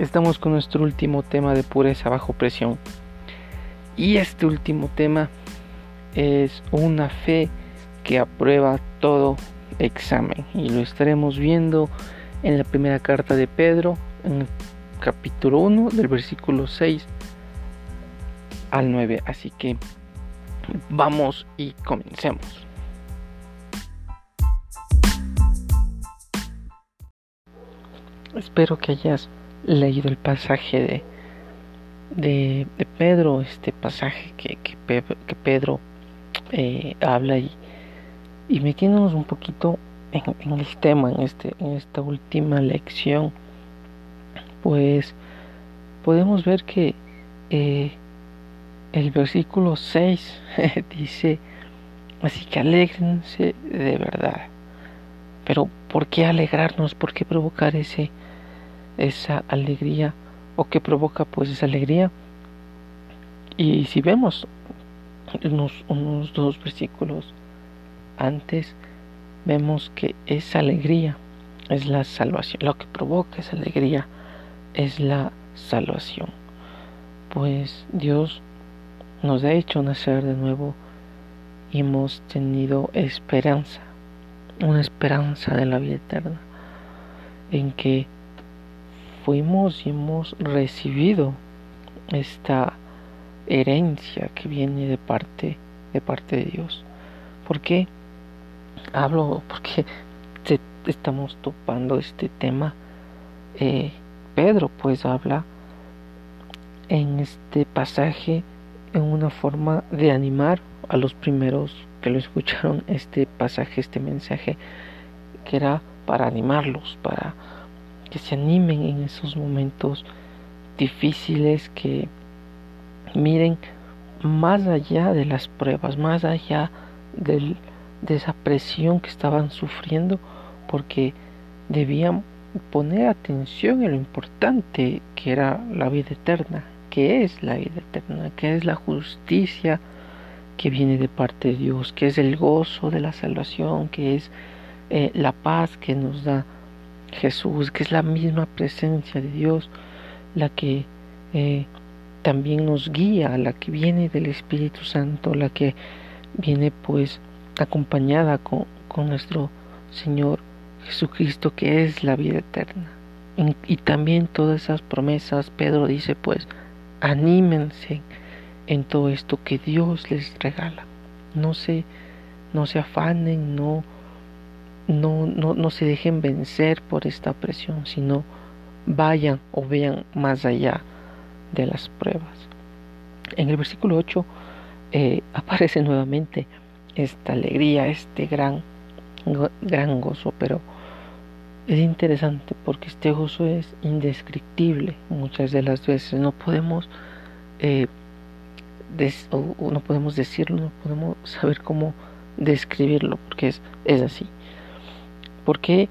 Estamos con nuestro último tema de pureza bajo presión. Y este último tema es una fe que aprueba todo examen. Y lo estaremos viendo en la primera carta de Pedro, en el capítulo 1, del versículo 6 al 9. Así que vamos y comencemos. Espero que hayas leído el pasaje de Pedro, este pasaje que Pedro habla y metiéndonos un poquito en el tema, en esta última lección, pues podemos ver que el versículo 6 dice: así que alégrense de verdad. Pero ¿por qué alegrarnos? ¿Por qué provocar esa alegría? ¿O qué provoca pues esa alegría? Y si vemos unos dos versículos antes, vemos que esa alegría es la salvación. Lo que provoca esa alegría es la salvación. Pues Dios nos ha hecho nacer de nuevo y hemos tenido esperanza, una esperanza de la vida eterna, en que fuimos y hemos recibido esta herencia que viene de parte de Dios. ¿Por qué hablo? Porque estamos topando este tema. Pedro pues habla en este pasaje en una forma de animar a los primeros que lo escucharon, este pasaje, este mensaje, que era para animarlos, para que se animen en esos momentos difíciles, que miren más allá de las pruebas, más allá de esa presión que estaban sufriendo, porque debían poner atención en lo importante que era la vida eterna, que es la vida eterna, que es la justicia que viene de parte de Dios, que es el gozo de la salvación, que es la paz que nos da Jesús, que es la misma presencia de Dios, la que también nos guía, la que viene del Espíritu Santo, la que viene pues acompañada con nuestro Señor Jesucristo, que es la vida eterna. Y también todas esas promesas, Pedro dice pues: anímense en todo esto que Dios les regala. No se afanen, no se dejen vencer por esta presión, sino vayan o vean más allá de las pruebas. En el versículo 8 aparece nuevamente esta alegría, este gran gozo, pero es interesante porque este gozo es indescriptible. Muchas de las veces no podemos no podemos decirlo, no podemos saber cómo describirlo, porque es así. ¿Por qué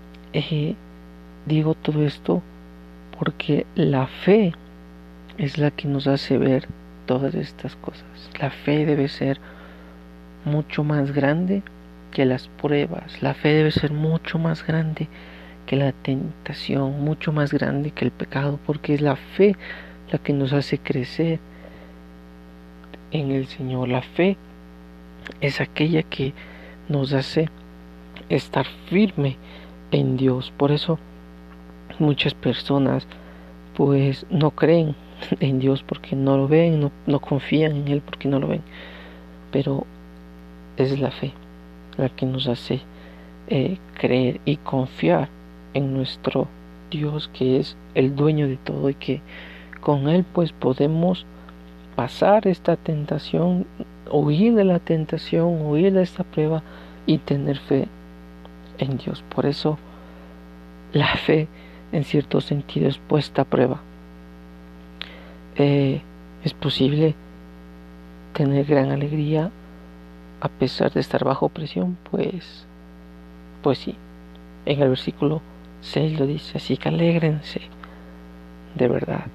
digo todo esto? Porque la fe es la que nos hace ver todas estas cosas. La fe debe ser mucho más grande que las pruebas. La fe debe ser mucho más grande que la tentación, mucho más grande que el pecado, porque es la fe la que nos hace crecer en el Señor. La fe es aquella que nos hace estar firme en Dios. Por eso muchas personas pues no creen en Dios porque no lo ven, no confían en Él porque no lo ven. Pero es la fe la que nos hace creer y confiar en nuestro Dios, que es el dueño de todo, y que con Él pues podemos pasar esta tentación, huir de la tentación, huir de esta prueba y tener fe en Dios. Por eso la fe en cierto sentido es puesta a prueba. Es posible tener gran alegría a pesar de estar bajo presión, pues sí. En el versículo 6 lo dice: así que alégrense de verdad.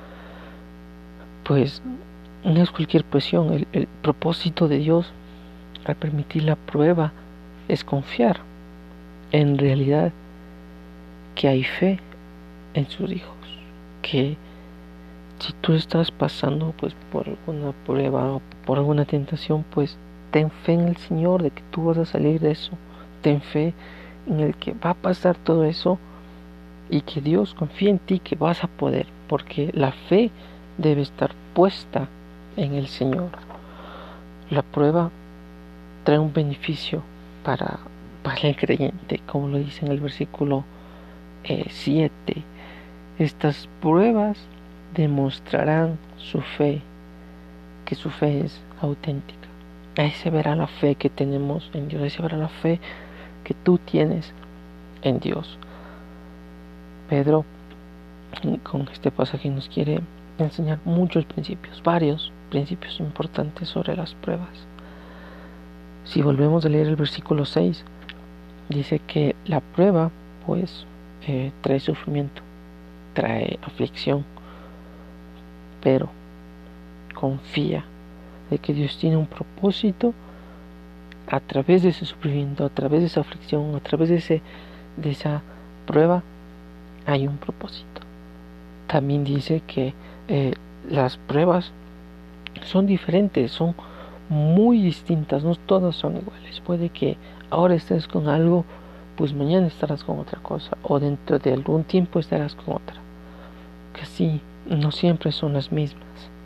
Pues no es cualquier presión. El propósito de Dios al permitir la prueba es confiar en realidad que hay fe en sus hijos, que si tú estás pasando pues por alguna prueba o por alguna tentación, pues ten fe en el Señor de que tú vas a salir de eso. Ten fe en el que va a pasar todo eso y que Dios confía en ti que vas a poder, porque la fe debe estar puesta en el Señor. La prueba trae un beneficio para el creyente, como lo dice en el versículo 7. Estas pruebas demostrarán su fe, que su fe es auténtica. Ahí se verá la fe que tenemos en Dios, ahí se verá la fe que tú tienes en Dios. Pedro con este pasaje nos quiere enseñar muchos principios, varios principios importantes sobre las pruebas. Si volvemos a leer el versículo 6, dice que la prueba pues trae sufrimiento, trae aflicción, pero confía de que Dios tiene un propósito a través de ese sufrimiento, a través de esa aflicción, a través de esa prueba. Hay un propósito. También dice que las pruebas son diferentes, son muy distintas, no todas son iguales. Puede que ahora estés con algo, pues mañana estarás con otra cosa, o dentro de algún tiempo estarás con otra. Que sí, no siempre son las mismas.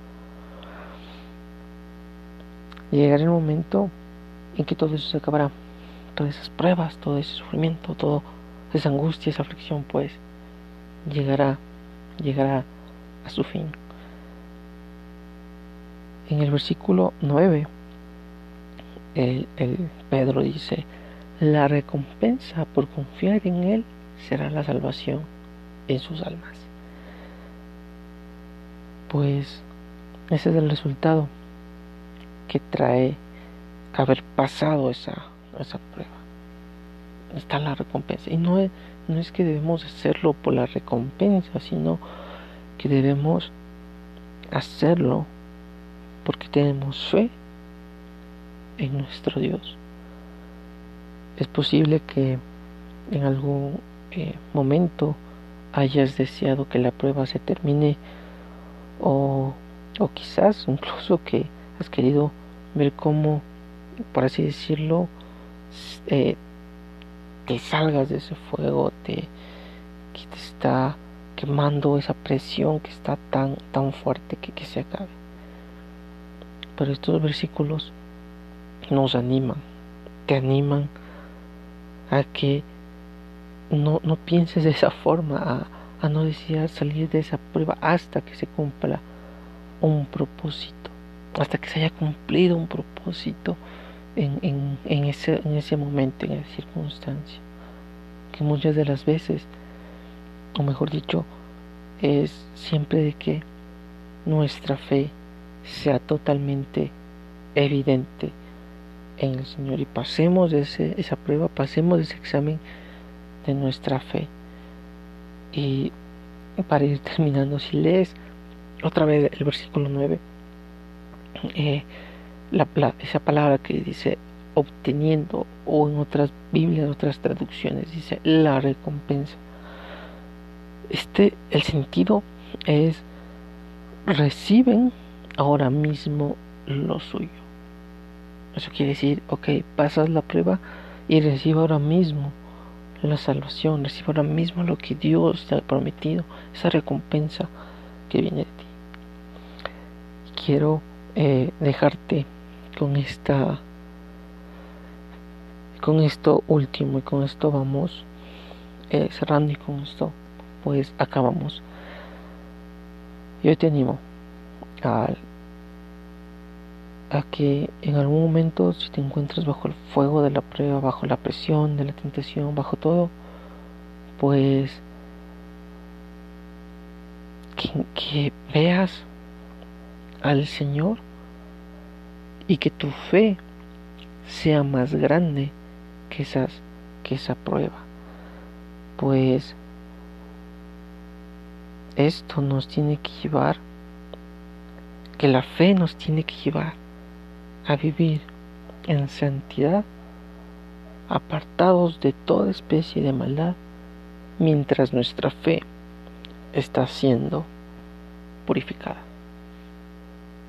Llegará el momento en que todo eso se acabará. Todas esas pruebas, todo ese sufrimiento, toda esa angustia, esa aflicción, pues llegará a su fin. En el versículo 9, el Pedro dice: la recompensa por confiar en Él será la salvación en sus almas. Pues ese es el resultado que trae haber pasado esa prueba. Está la recompensa. Y no es que debemos hacerlo por la recompensa, sino que debemos hacerlo porque tenemos fe en nuestro Dios. Es posible que en algún momento hayas deseado que la prueba se termine, o quizás incluso que has querido ver cómo, por así decirlo, te salgas de ese fuego, que te está quemando esa presión que está tan fuerte que se acabe. Pero estos versículos nos animan, te animan a que no pienses de esa forma, a no desear salir de esa prueba hasta que se cumpla un propósito, hasta que se haya cumplido un propósito en ese momento, en esa circunstancia, que muchas de las veces, o mejor dicho, es siempre de que nuestra fe sea totalmente evidente en el Señor y pasemos esa prueba, pasemos ese examen de nuestra fe. Y para ir terminando, si lees otra vez el versículo 9, esa palabra que dice obteniendo, o en otras Biblias, otras traducciones dice la recompensa, el sentido es: reciben ahora mismo lo suyo. Eso quiere decir, pasas la prueba y recibe ahora mismo la salvación, recibe ahora mismo lo que Dios te ha prometido, esa recompensa que viene de ti. Quiero dejarte con esto último, y con esto vamos cerrando, y con esto pues acabamos. Yo te animo a que en algún momento, si te encuentras bajo el fuego de la prueba, bajo la presión de la tentación, bajo todo, pues que veas al Señor y que tu fe sea más grande que esa prueba. Pues esto nos tiene que llevar, que la fe nos tiene que llevar a vivir en santidad, apartados de toda especie de maldad, mientras nuestra fe está siendo purificada.